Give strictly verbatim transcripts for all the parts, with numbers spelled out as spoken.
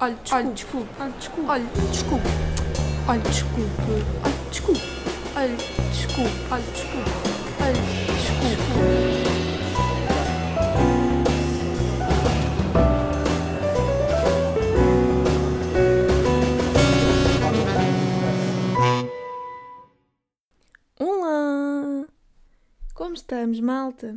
Olha, desculpe. Olha, desculpe. Olha, desculpe. Olha, desculpe. Olha, desculpe. Olha, desculpe. Olha, desculpe. Olha, desculpe. Olá! Como estamos, malta?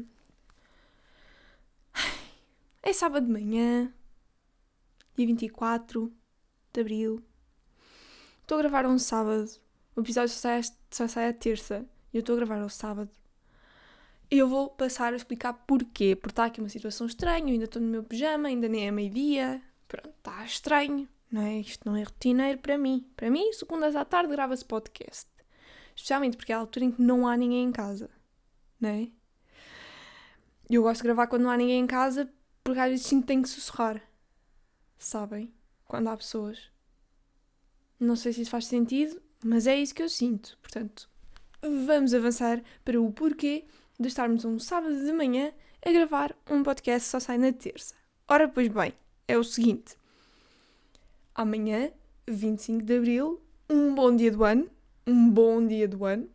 É sábado de manhã, dia vinte e quatro de abril. Estou a gravar um sábado. O episódio só sai, só sai à terça. E eu estou a gravar ao sábado. E eu vou passar a explicar porquê. Porque está aqui uma situação estranha. Eu ainda estou no meu pijama, ainda nem é meio-dia. Pronto, está estranho. Não é? Isto não é rotineiro para mim. Para mim, segundas à tarde grava-se podcast. Especialmente porque é a altura em que não há ninguém em casa. Não é? E eu gosto de gravar quando não há ninguém em casa, porque às vezes sinto que tenho que sussurrar. Sabem? Quando há pessoas. Não sei se isso faz sentido, mas é isso que eu sinto. Portanto, vamos avançar para o porquê de estarmos um sábado de manhã a gravar um podcast que só sai na terça. Ora, pois bem, é o seguinte. Amanhã, vinte e cinco de abril, um bom dia do ano. Um bom dia do ano.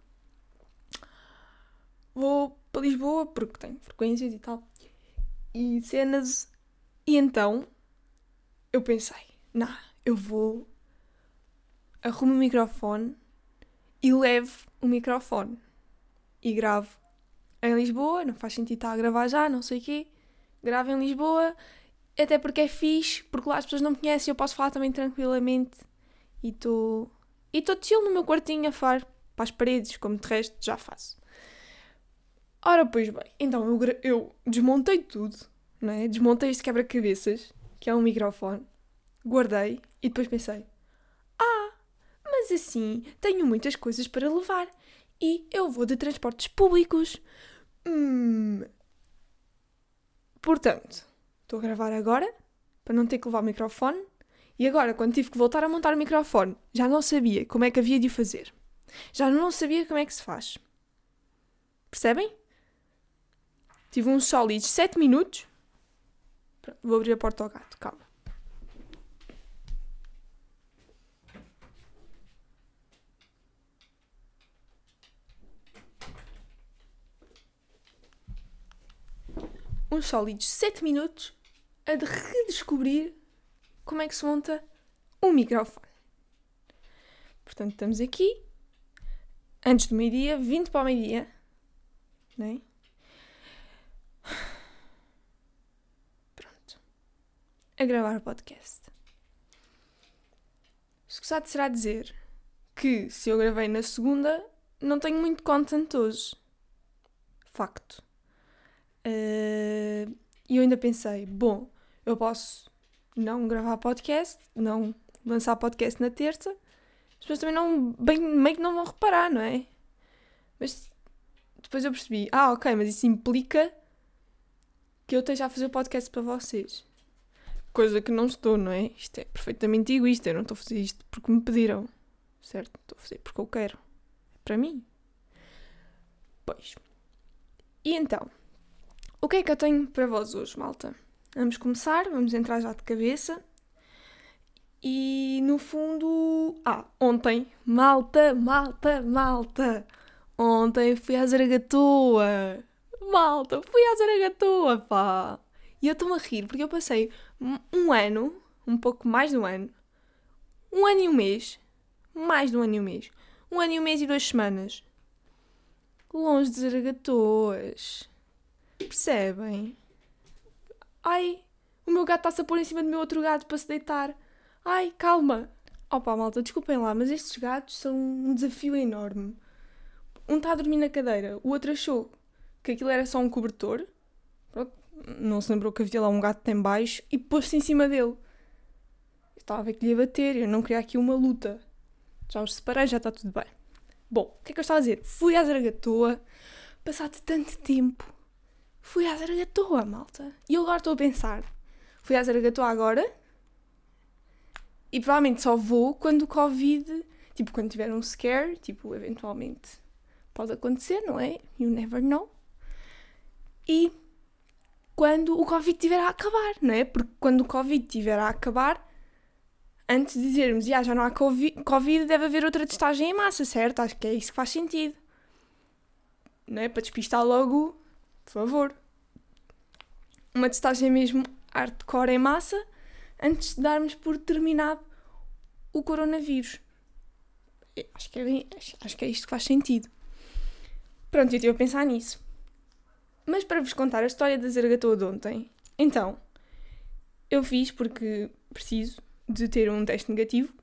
Vou para Lisboa, porque tenho frequências e tal. E cenas. E então, eu pensei, não, eu vou, arrumo o microfone e levo o microfone. E gravo em Lisboa, não faz sentido estar a gravar já, não sei o quê. Gravo em Lisboa, até porque é fixe, porque lá as pessoas não me conhecem, eu posso falar também tranquilamente. E estou... E estou de chill no meu quartinho a falar para as paredes, como de resto já faço. Ora, pois bem, então eu, gra- eu desmontei tudo, não é? Desmontei este quebra-cabeças, que é um microfone, guardei e depois pensei, ah, mas assim tenho muitas coisas para levar e eu vou de transportes públicos. Hum. Portanto, estou a gravar agora, para não ter que levar o microfone, e agora, quando tive que voltar a montar o microfone, já não sabia como é que havia de o fazer. Já não sabia como é que se faz. Percebem? Tive uns sólidos sete minutos. Pronto, vou abrir a porta ao gato, calma. Uns sólidos sete minutos a de redescobrir como é que se monta um microfone. Portanto, estamos aqui, antes do meio-dia, vinte para o meio-dia, não é? Pronto. A gravar o podcast. Escusado será dizer que se eu gravei na segunda, não tenho muito content hoje. Facto. E uh, eu ainda pensei, bom, eu posso não gravar podcast, não lançar podcast na terça, as pessoas também não, bem, meio que não vão reparar, não é? Mas depois eu percebi, ah, ok, mas isso implica que eu esteja a fazer o podcast para vocês. Coisa que não estou, não é? Isto é perfeitamente egoísta, eu não estou a fazer isto porque me pediram, certo? Estou a fazer porque eu quero. É para mim. Pois. E então, o que é que eu tenho para vós hoje, malta? Vamos começar, vamos entrar já de cabeça. E no fundo... Ah, ontem, malta, malta, malta. Ontem fui à Zaragatoa. Malta, fui à Zaragatoa, pá. E eu estou-me a rir, porque eu passei um ano, um pouco mais de um ano, um ano e um mês, mais de um ano e um mês, um ano e um mês e duas semanas, longe de Zaragatoas. Percebem? Ai, o meu gato está-se a pôr em cima do meu outro gato para se deitar. Ai, calma. Opa, malta, desculpem lá, mas estes gatos são um desafio enorme. Um está a dormir na cadeira, o outro achou que aquilo era só um cobertor. Pronto, não se lembrou que havia lá um gato em baixo e pôs-se em cima dele. Eu estava a ver que lhe ia bater, eu não queria aqui uma luta. Já os separei, já está tudo bem. Bom, o que é que eu estava a dizer? Fui à Zaragatoa, passado tanto tempo. Fui à Zaragatoa, malta. E eu agora estou a pensar. Fui à Zaragatoa agora e provavelmente só vou quando o Covid, tipo, quando tiver um scare, tipo, eventualmente pode acontecer, não é? You never know. E quando o Covid estiver a acabar, não é? Porque quando o Covid estiver a acabar, antes de dizermos, ah, já não há Covid, Covid, deve haver outra testagem em massa, certo? Acho que é isso que faz sentido. Não é? Para despistar logo, por favor. Uma testagem mesmo hardcore em massa, antes de darmos por terminado o coronavírus. Acho que é, bem, acho, acho que é isto que faz sentido. Pronto, eu estive a pensar nisso. Mas para vos contar a história da Zaragatoa de ontem, então, eu fiz porque preciso de ter um teste negativo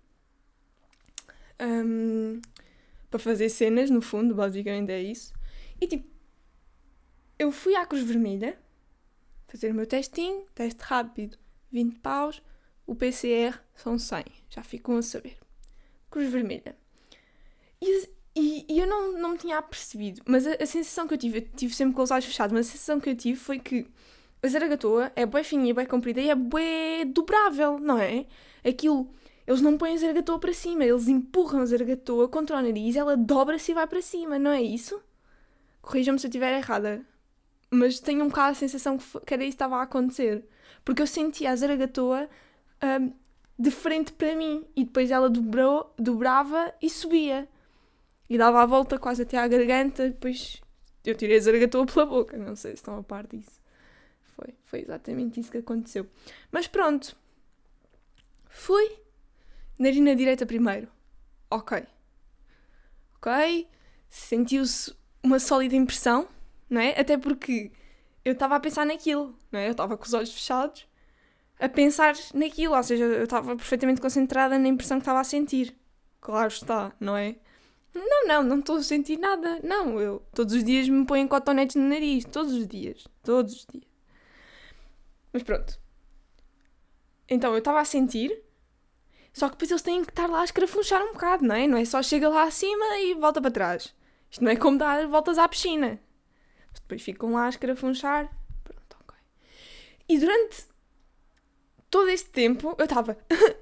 um, para fazer cenas, no fundo, basicamente é isso. E tipo, eu fui à Cruz Vermelha fazer o meu testinho, teste rápido, vinte paus, o P C R são cem, já ficam a saber. Cruz Vermelha. E, e, e eu não, não me tinha apercebido, mas a, a sensação que eu tive, eu tive sempre com os olhos fechados, mas a sensação que eu tive foi que a Zaragatoa é bué fininha, bué comprida e é bué dobrável, não é? Aquilo, eles não põem a Zaragatoa para cima, eles empurram a Zaragatoa contra o nariz, ela dobra-se e vai para cima, não é isso? Corrijam-me se eu estiver errada. Mas tenho um bocado a sensação que, foi, que era isso que estava a acontecer. Porque eu sentia a Zaragatoa um, de frente para mim. E depois ela dobrou, dobrava e subia. E dava a volta quase até à garganta. Depois eu tirei a Zaragatoa pela boca. Não sei se estão a par disso. Foi, foi exatamente isso que aconteceu. Mas pronto. Fui. Narina direita primeiro. Ok. Ok. Sentiu-se uma sólida impressão. Não é? Até porque eu estava a pensar naquilo, não é? Eu estava com os olhos fechados a pensar naquilo, ou seja, eu estava perfeitamente concentrada na impressão que estava a sentir. Claro está, não é? Não, não, não estou a sentir nada. Não, eu todos os dias me ponho cotonetes no nariz, todos os dias, todos os dias. Mas pronto. Então eu estava a sentir, só que depois eles têm que estar lá a escarafunchar um bocado, não é? Não é só chega lá acima e volta para trás. Isto não é como dar voltas à piscina. Depois ficam lá a escarafunchar. Pronto, ok. E durante todo este tempo eu estava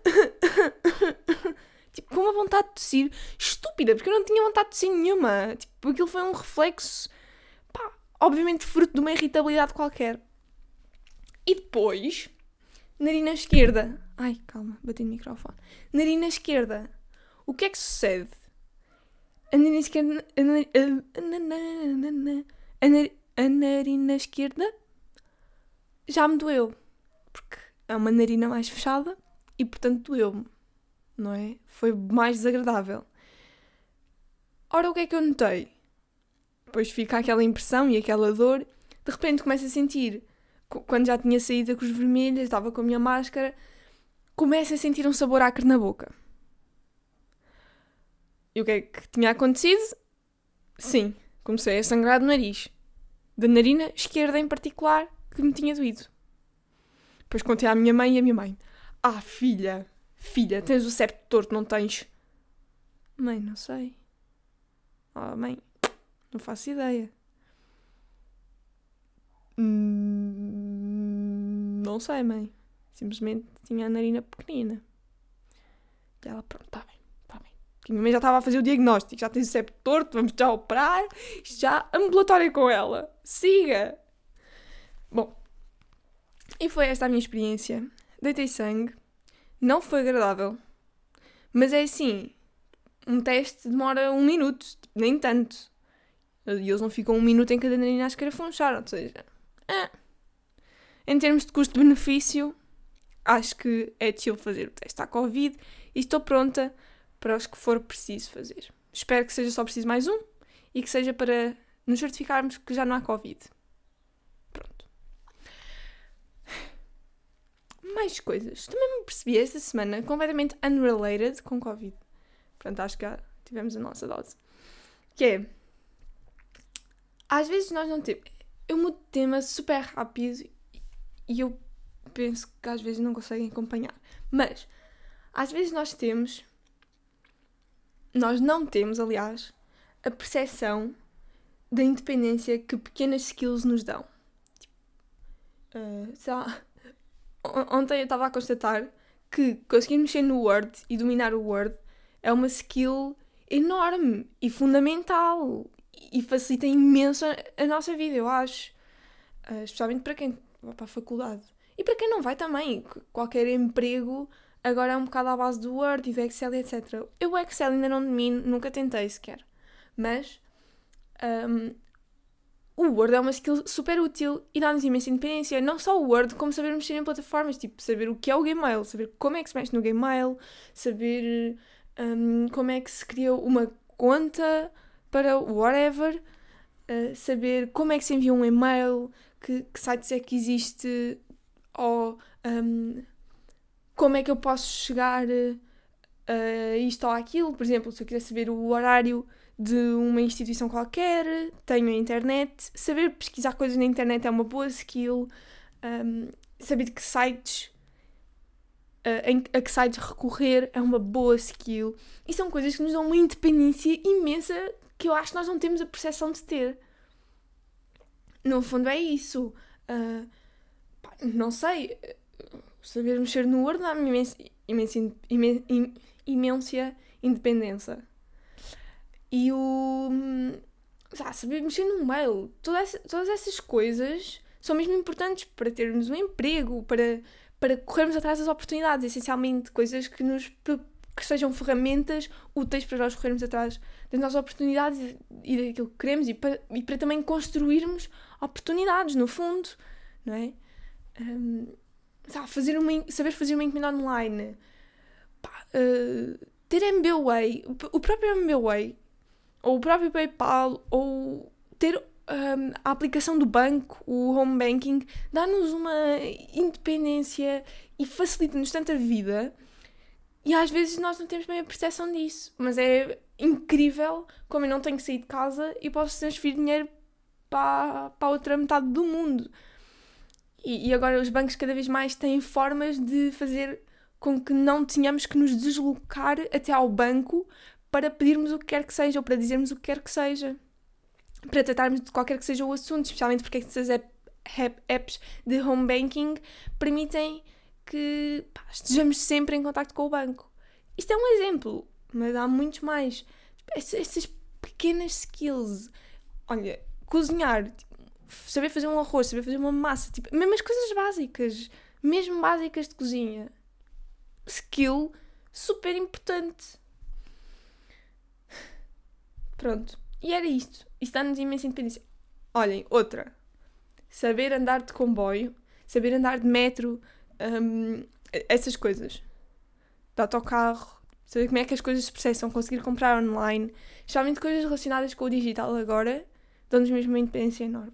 tipo, com uma vontade de tossir estúpida, porque eu não tinha vontade de tossir nenhuma. Tipo, aquilo foi um reflexo, pá, obviamente fruto de uma irritabilidade qualquer. E depois, narina esquerda. Ai, calma, bati no microfone. Narina esquerda. O que é que sucede? A narina esquerda... A narina... A, nar- a narina esquerda já me doeu, porque é uma narina mais fechada e, portanto, doeu-me, não é? Foi mais desagradável. Ora, o que é que eu notei? Depois fica aquela impressão e aquela dor, de repente começo a sentir, quando já tinha saído da Cruz Vermelha, estava com a minha máscara, começo a sentir um sabor acre na boca. E o que é que tinha acontecido? Sim. Comecei a sangrar do nariz. Da narina esquerda em particular, que me tinha doído. Depois contei à minha mãe e a minha mãe. Ah, filha, filha, tens o septo torto, não tens? Mãe, não sei. Ah, mãe, não faço ideia. Hum, não sei, mãe. Simplesmente tinha a narina pequenina. E ela, pronto, está bem. A minha mãe já estava a fazer o diagnóstico, já tem o septo torto, vamos já operar, isto já ambulatório com ela. Siga! Bom, e foi esta a minha experiência. Deitei sangue, não foi agradável, mas é assim, um teste demora um minuto, nem tanto. E eles não ficam um minuto em cada narina a escarafunchar, ou seja, ah, em termos de custo-benefício, acho que é chill fazer o teste à Covid e estou pronta para os que for preciso fazer. Espero que seja só preciso mais um e que seja para nos certificarmos que já não há Covid. Pronto. Mais coisas. Também me percebi esta semana completamente unrelated com Covid. Portanto, acho que já tivemos a nossa dose. Que é... Às vezes nós não temos... Eu mudo de tema super rápido e eu penso que às vezes não conseguem acompanhar. Mas, às vezes nós temos... Nós não temos, aliás, a percepção da independência que pequenas skills nos dão. Uh, sei lá, ontem eu estava a constatar que conseguir mexer no Word e dominar o Word é uma skill enorme e fundamental e facilita imenso a, a nossa vida, eu acho. Uh, especialmente para quem vai para a faculdade. E para quem não vai também. Qualquer emprego agora é um bocado à base do Word e do Excel, etcétera. Eu o Excel ainda não domino, nunca tentei sequer. Mas um, o Word é uma skill super útil e dá-nos imensa independência. Não só o Word, como saber mexer em plataformas, tipo saber o que é o Gmail, saber como é que se mexe no Gmail, saber um, como é que se cria uma conta para whatever, uh, saber como é que se envia um e-mail, que, que sites é que existe, ou um, como é que eu posso chegar a isto ou aquilo. Por exemplo, se eu quiser saber o horário de uma instituição qualquer, tenho a internet. Saber pesquisar coisas na internet é uma boa skill. Um, saber de que sites, uh, em, a que sites recorrer é uma boa skill. E são coisas que nos dão uma independência imensa que eu acho que nós não temos a percepção de ter. No fundo é isso. Uh, pá, não sei. Saber mexer no Word dá-me imensa, imensa, imensa, imensa independência. E o... Ah, saber mexer no mail. Todas, todas essas coisas são mesmo importantes para termos um emprego, para, para corrermos atrás das oportunidades. Essencialmente, coisas que, nos, que sejam ferramentas úteis para nós corrermos atrás das nossas oportunidades e daquilo que queremos, e para, e para também construirmos oportunidades, no fundo. Não é? Um, fazer uma, saber fazer uma encomenda online. Pá, uh, ter M B W A. O próprio M B W A... ou o próprio PayPal, ou ter um, a aplicação do banco, o home banking, dá-nos uma independência e facilita-nos tanta vida, e às vezes nós não temos bem a percepção disso, mas é incrível como eu não tenho que sair de casa e posso transferir dinheiro para, para a outra metade do mundo. E, e agora os bancos cada vez mais têm formas de fazer com que não tenhamos que nos deslocar até ao banco para pedirmos o que quer que seja, ou para dizermos o que quer que seja, para tratarmos de qualquer que seja o assunto, especialmente porque essas apps de home banking permitem que pá, estejamos sempre em contacto com o banco. Isto é um exemplo, mas há muitos mais. Essas pequenas skills. Olha, cozinhar, tipo, saber fazer um arroz, saber fazer uma massa, tipo, mesmo as coisas básicas, mesmo básicas de cozinha. Skill super importante. Pronto. E era isto. Isto dá-nos imensa independência. Olhem, outra. Saber andar de comboio, saber andar de metro, hum, essas coisas. De autocarro, saber como é que as coisas se processam, conseguir comprar online, especialmente coisas relacionadas com o digital agora, dão-nos mesmo uma independência enorme.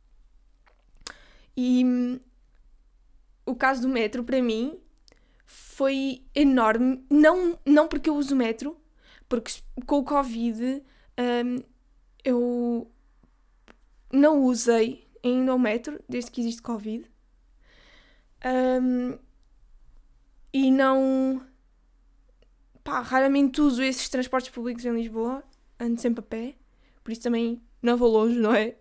E hum, o caso do metro, para mim, foi enorme. Não, não porque eu uso o metro, porque com o Covid um, eu não usei ainda o metro, desde que existe Covid. Um, e não... Pá, raramente uso esses transportes públicos em Lisboa. Ando sempre a pé. Por isso também não vou longe, não é?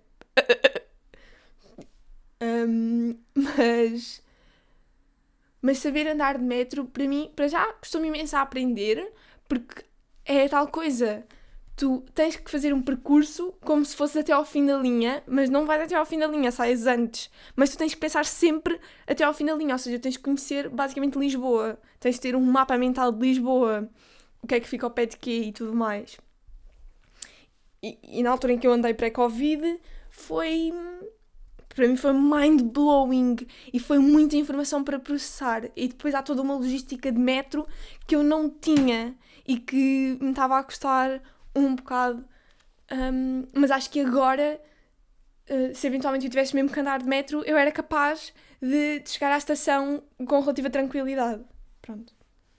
um, mas... Mas saber andar de metro, para mim, para já, costumo imenso a aprender, porque é tal coisa. Tu tens que fazer um percurso como se fosse até ao fim da linha, mas não vais até ao fim da linha, sais antes. Mas tu tens que pensar sempre até ao fim da linha, ou seja, tens que conhecer basicamente Lisboa. Tens de ter um mapa mental de Lisboa, o que é que fica ao pé de quê e tudo mais. E, e na altura em que eu andei pré-Covid, foi... Para mim foi mind-blowing e foi muita informação para processar. E depois há toda uma logística de metro que eu não tinha e que me estava a custar um bocado. Um, mas acho que agora, uh, se eventualmente eu tivesse mesmo que andar de metro, eu era capaz de, de chegar à estação com relativa tranquilidade. Pronto.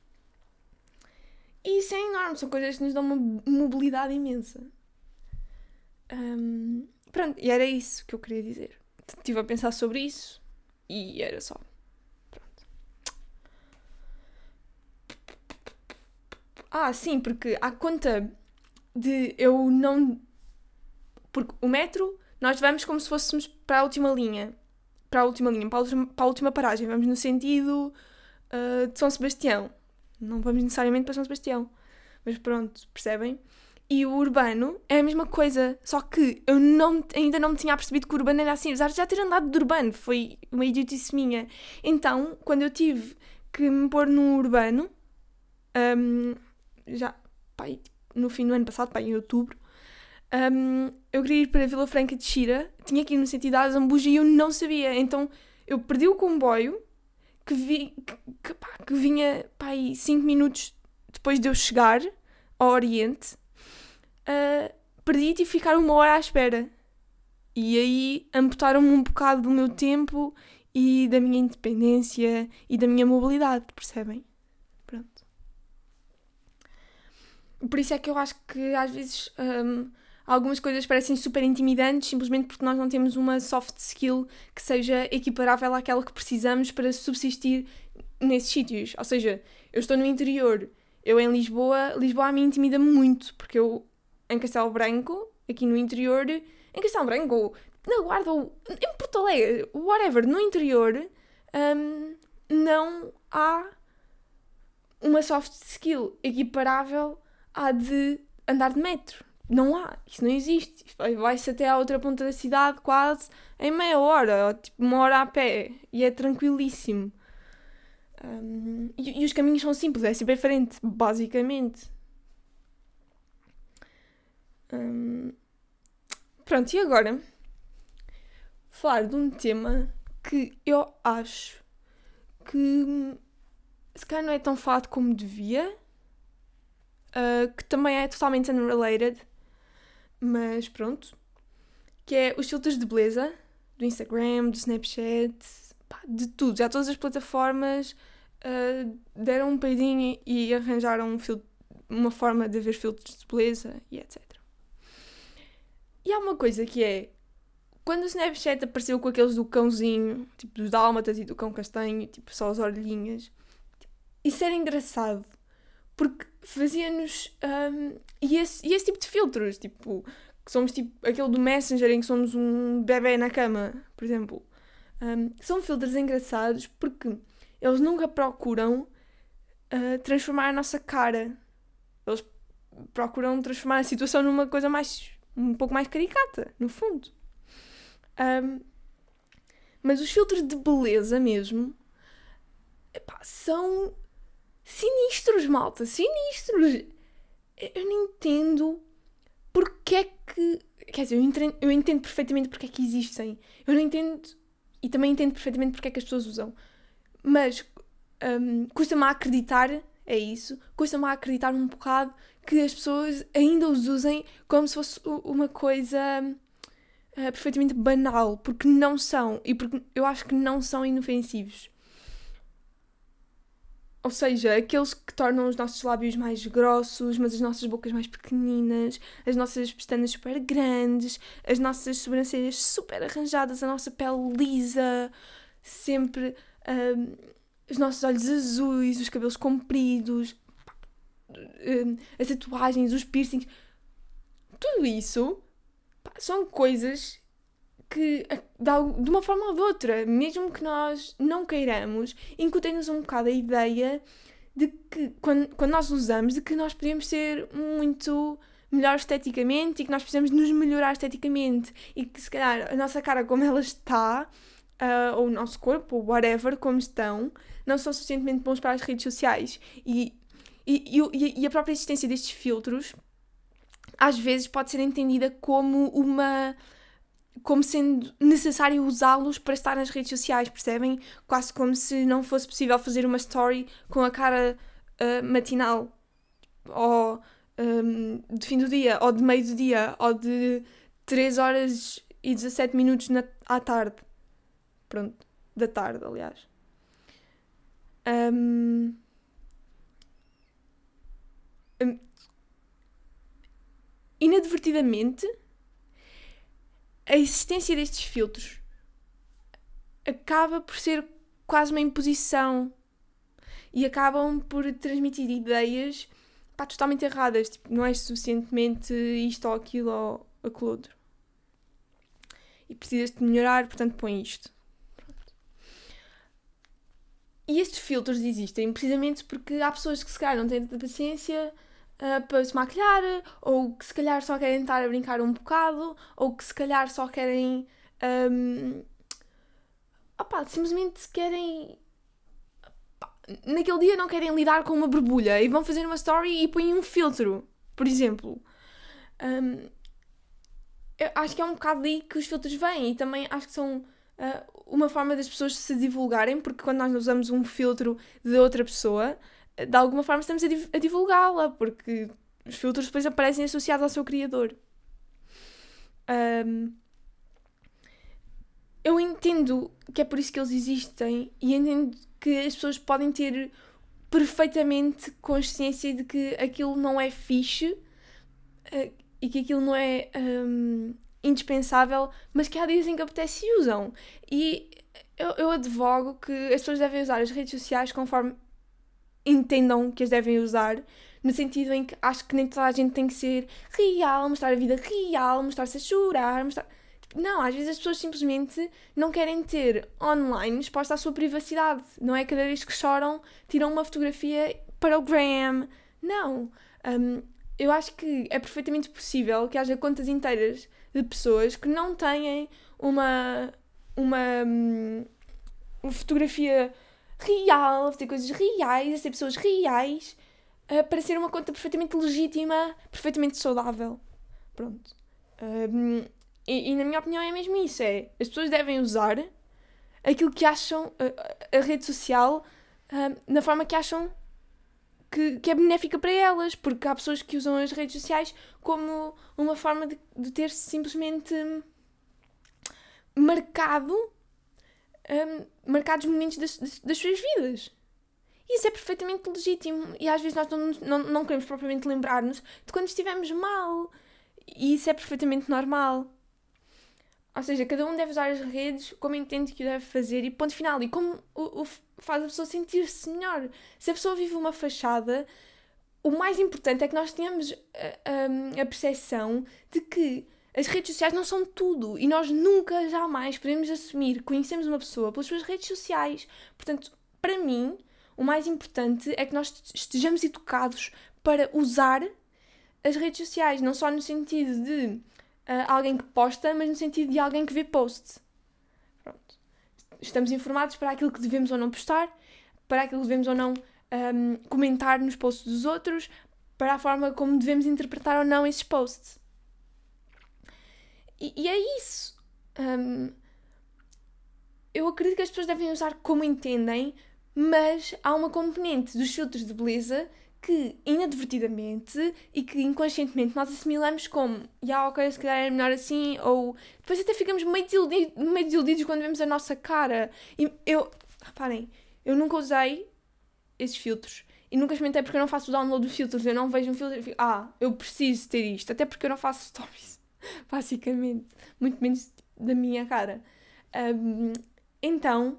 E isso é enorme. São coisas que nos dão uma mobilidade imensa. Um, pronto, e era isso que eu queria dizer. Estive a pensar sobre isso e era só. Pronto. Ah, sim, porque à conta de eu não... Porque o metro, nós vamos como se fôssemos para a última linha. Para a última linha, para a última, para a última paragem. Vamos no sentido uh, de São Sebastião. Não vamos necessariamente para São Sebastião. Mas pronto, percebem? E o urbano é a mesma coisa, só que eu não, ainda não me tinha percebido que o urbano era assim, apesar de já ter andado de urbano, foi uma idiotice minha. Então, quando eu tive que me pôr no urbano, um, já, pá, no fim do ano passado, pá, em outubro, um, eu queria ir para a Vila Franca de Xira, tinha que ir no sentido da Zambuja e eu não sabia, então eu perdi o comboio, que, vi, que, que, pá, que vinha cinco minutos depois de eu chegar ao Oriente, uh, perdi e tive que ficar uma hora à espera. E aí amputaram-me um bocado do meu tempo e da minha independência e da minha mobilidade, percebem? Pronto. Por isso é que eu acho que às vezes um, algumas coisas parecem super intimidantes simplesmente porque nós não temos uma soft skill que seja equiparável àquela que precisamos para subsistir nesses sítios. Ou seja, eu estou no interior, eu em Lisboa, Lisboa a mim intimida muito, porque eu em Castelo Branco, aqui no interior, em Castelo Branco, ou na Guarda, ou em Porto Alegre, whatever, no interior, um, não há uma soft skill equiparável à de andar de metro. Não há, isso não existe. Vai-se até à outra ponta da cidade quase em meia hora, ou tipo uma hora a pé, e é tranquilíssimo. Um, e, e os caminhos são simples, é sempre diferente, basicamente. Um, pronto, e agora? Falar de um tema que eu acho que se calhar não é tão falado como devia, uh, que também é totalmente unrelated, mas pronto, que é os filtros de beleza do Instagram, do Snapchat, pá, de tudo. Já todas as plataformas uh, deram um peidinho e arranjaram um fil- uma forma de haver filtros de beleza e etcétera. E há uma coisa que é, quando o Snapchat apareceu com aqueles do cãozinho, tipo dos dálmatas e do cão castanho, tipo só as orelhinhas, isso era engraçado, porque fazia-nos... Um, e, esse, e esse tipo de filtros, tipo, que somos tipo aquele do Messenger em que somos um bebê na cama, por exemplo, um, são filtros engraçados porque eles nunca procuram uh, transformar a nossa cara. Eles procuram transformar a situação numa coisa mais... um pouco mais caricata, no fundo. Um, mas os filtros de beleza mesmo, epá, são sinistros, malta, sinistros. Eu não entendo porque é que... Quer dizer, eu entendo, eu entendo perfeitamente porque é que existem. Eu não entendo... E também entendo perfeitamente porque é que as pessoas usam. Mas um, custa-me a acreditar, é isso, custa-me a acreditar um bocado que as pessoas ainda os usem como se fosse uma coisa uh, perfeitamente banal, porque não são, e porque eu acho que não são inofensivos. Ou seja, aqueles que tornam os nossos lábios mais grossos, mas as nossas bocas mais pequeninas, as nossas pestanas super grandes, as nossas sobrancelhas super arranjadas, a nossa pele lisa, sempre um, os nossos olhos azuis, os cabelos compridos, um, as tatuagens, os piercings. Tudo isso, pá, são coisas que, de uma forma ou de outra, mesmo que nós não queiramos, incutem-nos um bocado a ideia de que, quando, quando nós usamos, de que nós podemos ser muito melhor esteticamente e que nós precisamos nos melhorar esteticamente e que, se calhar, a nossa cara como ela está, uh, ou o nosso corpo, ou whatever, como estão, não são suficientemente bons para as redes sociais. E, e, e, e a própria existência destes filtros, às vezes, pode ser entendida como uma... como sendo necessário usá-los para estar nas redes sociais, percebem? Quase como se não fosse possível fazer uma story com a cara uh, matinal, ou um, de fim do dia, ou de meio do dia, ou de três horas e dezassete minutos na, à tarde. Pronto, da tarde, aliás. Um, um, inadvertidamente, a existência destes filtros acaba por ser quase uma imposição e acabam por transmitir ideias, pá, totalmente erradas. Tipo, não és suficientemente isto ou aquilo ou aquilo outro. E precisas de melhorar, portanto põe isto. Pronto. E estes filtros existem precisamente porque há pessoas que se calhar não têm tanta paciência Uh, para se maquilhar, ou que se calhar só querem estar a brincar um bocado, ou que se calhar só querem um, opá, simplesmente querem opá, naquele dia não querem lidar com uma borbulha e vão fazer uma story e põem um filtro, por exemplo. Um, eu acho que é um bocado daí que os filtros vêm, e também acho que são uh, uma forma das pessoas se divulgarem, porque quando nós usamos um filtro de outra pessoa, de alguma forma estamos a, div- a divulgá-la, porque os filtros depois aparecem associados ao seu criador. Um, eu entendo que é por isso que eles existem, e entendo que as pessoas podem ter perfeitamente consciência de que aquilo não é fixe uh, e que aquilo não é um, indispensável, mas que há dias em que apetece e usam. E eu, eu advogo que as pessoas devem usar as redes sociais conforme entendam que as devem usar, no sentido em que acho que nem toda a gente tem que ser real, mostrar a vida real, mostrar-se a chorar, mostrar... Não, às vezes as pessoas simplesmente não querem ter online exposta à sua privacidade. Não é cada vez que choram, tiram uma fotografia para o Gram. Não. Um, eu acho que é perfeitamente possível que haja contas inteiras de pessoas que não têm uma, uma, uma fotografia real, a fazer coisas reais, a ser pessoas reais, uh, para ser uma conta perfeitamente legítima, perfeitamente saudável. Pronto. Um, e, e na minha opinião é mesmo isso, é, as pessoas devem usar aquilo que acham, a, a rede social, um, na forma que acham que, que é benéfica para elas, porque há pessoas que usam as redes sociais como uma forma de, de ter-se simplesmente marcado, um, marcados momentos das, das, das suas vidas. E isso é perfeitamente legítimo, e às vezes nós não, não, não queremos propriamente lembrar-nos de quando estivemos mal, e isso é perfeitamente normal. Ou seja, cada um deve usar as redes como entende que o deve fazer, e ponto final. E como o, o faz a pessoa sentir-se melhor. Se a pessoa vive uma fachada, o mais importante é que nós tenhamos a, a, a percepção de que as redes sociais não são tudo. E nós nunca, jamais podemos assumir que conhecemos uma pessoa pelas suas redes sociais. Portanto, para mim, o mais importante é que nós estejamos educados para usar as redes sociais. Não só no sentido de Uh, alguém que posta, mas no sentido de alguém que vê post. Pronto. Estamos informados para aquilo que devemos ou não postar, para aquilo que devemos ou não um, comentar nos posts dos outros, para a forma como devemos interpretar ou não esses posts. E, e é isso. Um, eu acredito que as pessoas devem usar como entendem, mas há uma componente dos filtros de beleza que inadvertidamente e que inconscientemente nós assimilamos como já, yeah, ok, se calhar é melhor assim, ou depois até ficamos meio desiludidos, meio desiludidos quando vemos a nossa cara. E eu, reparem, eu nunca usei esses filtros e nunca experimentei porque eu não faço o download dos filtros, eu não vejo um filtro e fico, ah, eu preciso ter isto, até porque eu não faço stories, basicamente, muito menos da minha cara. Um, então,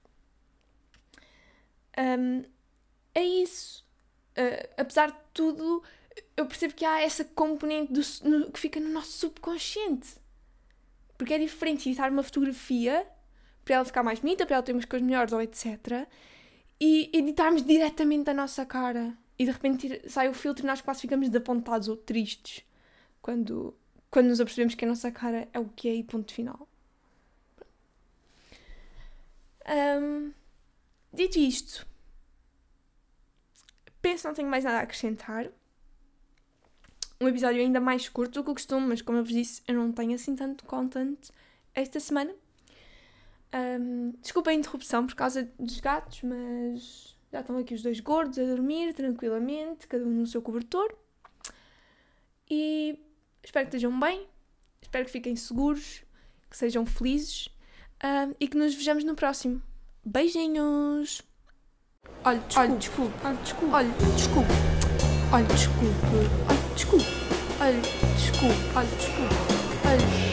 um, é isso. Uh, apesar de tudo, eu percebo que há essa componente do, no, que fica no nosso subconsciente. Porque é diferente editar uma fotografia para ela ficar mais bonita, para ela ter umas cores melhores, ou etcétera. E editarmos diretamente a nossa cara. E de repente sai o filtro e nós quase ficamos desapontados ou tristes quando, quando nos apercebemos que a nossa cara é o que é e ponto final. Um, dito isto, penso que não tenho mais nada a acrescentar. Um episódio ainda mais curto do que o costume, mas como eu vos disse, eu não tenho assim tanto content esta semana. Um, desculpa a interrupção por causa dos gatos, mas já estão aqui os dois gordos a dormir tranquilamente, cada um no seu cobertor. E espero que estejam bem, espero que fiquem seguros, que sejam felizes um, e que nos vejamos no próximo. Beijinhos! Olha, desculpe. Olha, desculpe. Olha, desculpe. Olha, desculpe. Olha, desculpe. Olha, desculpe. Olha, desculpe. Olha,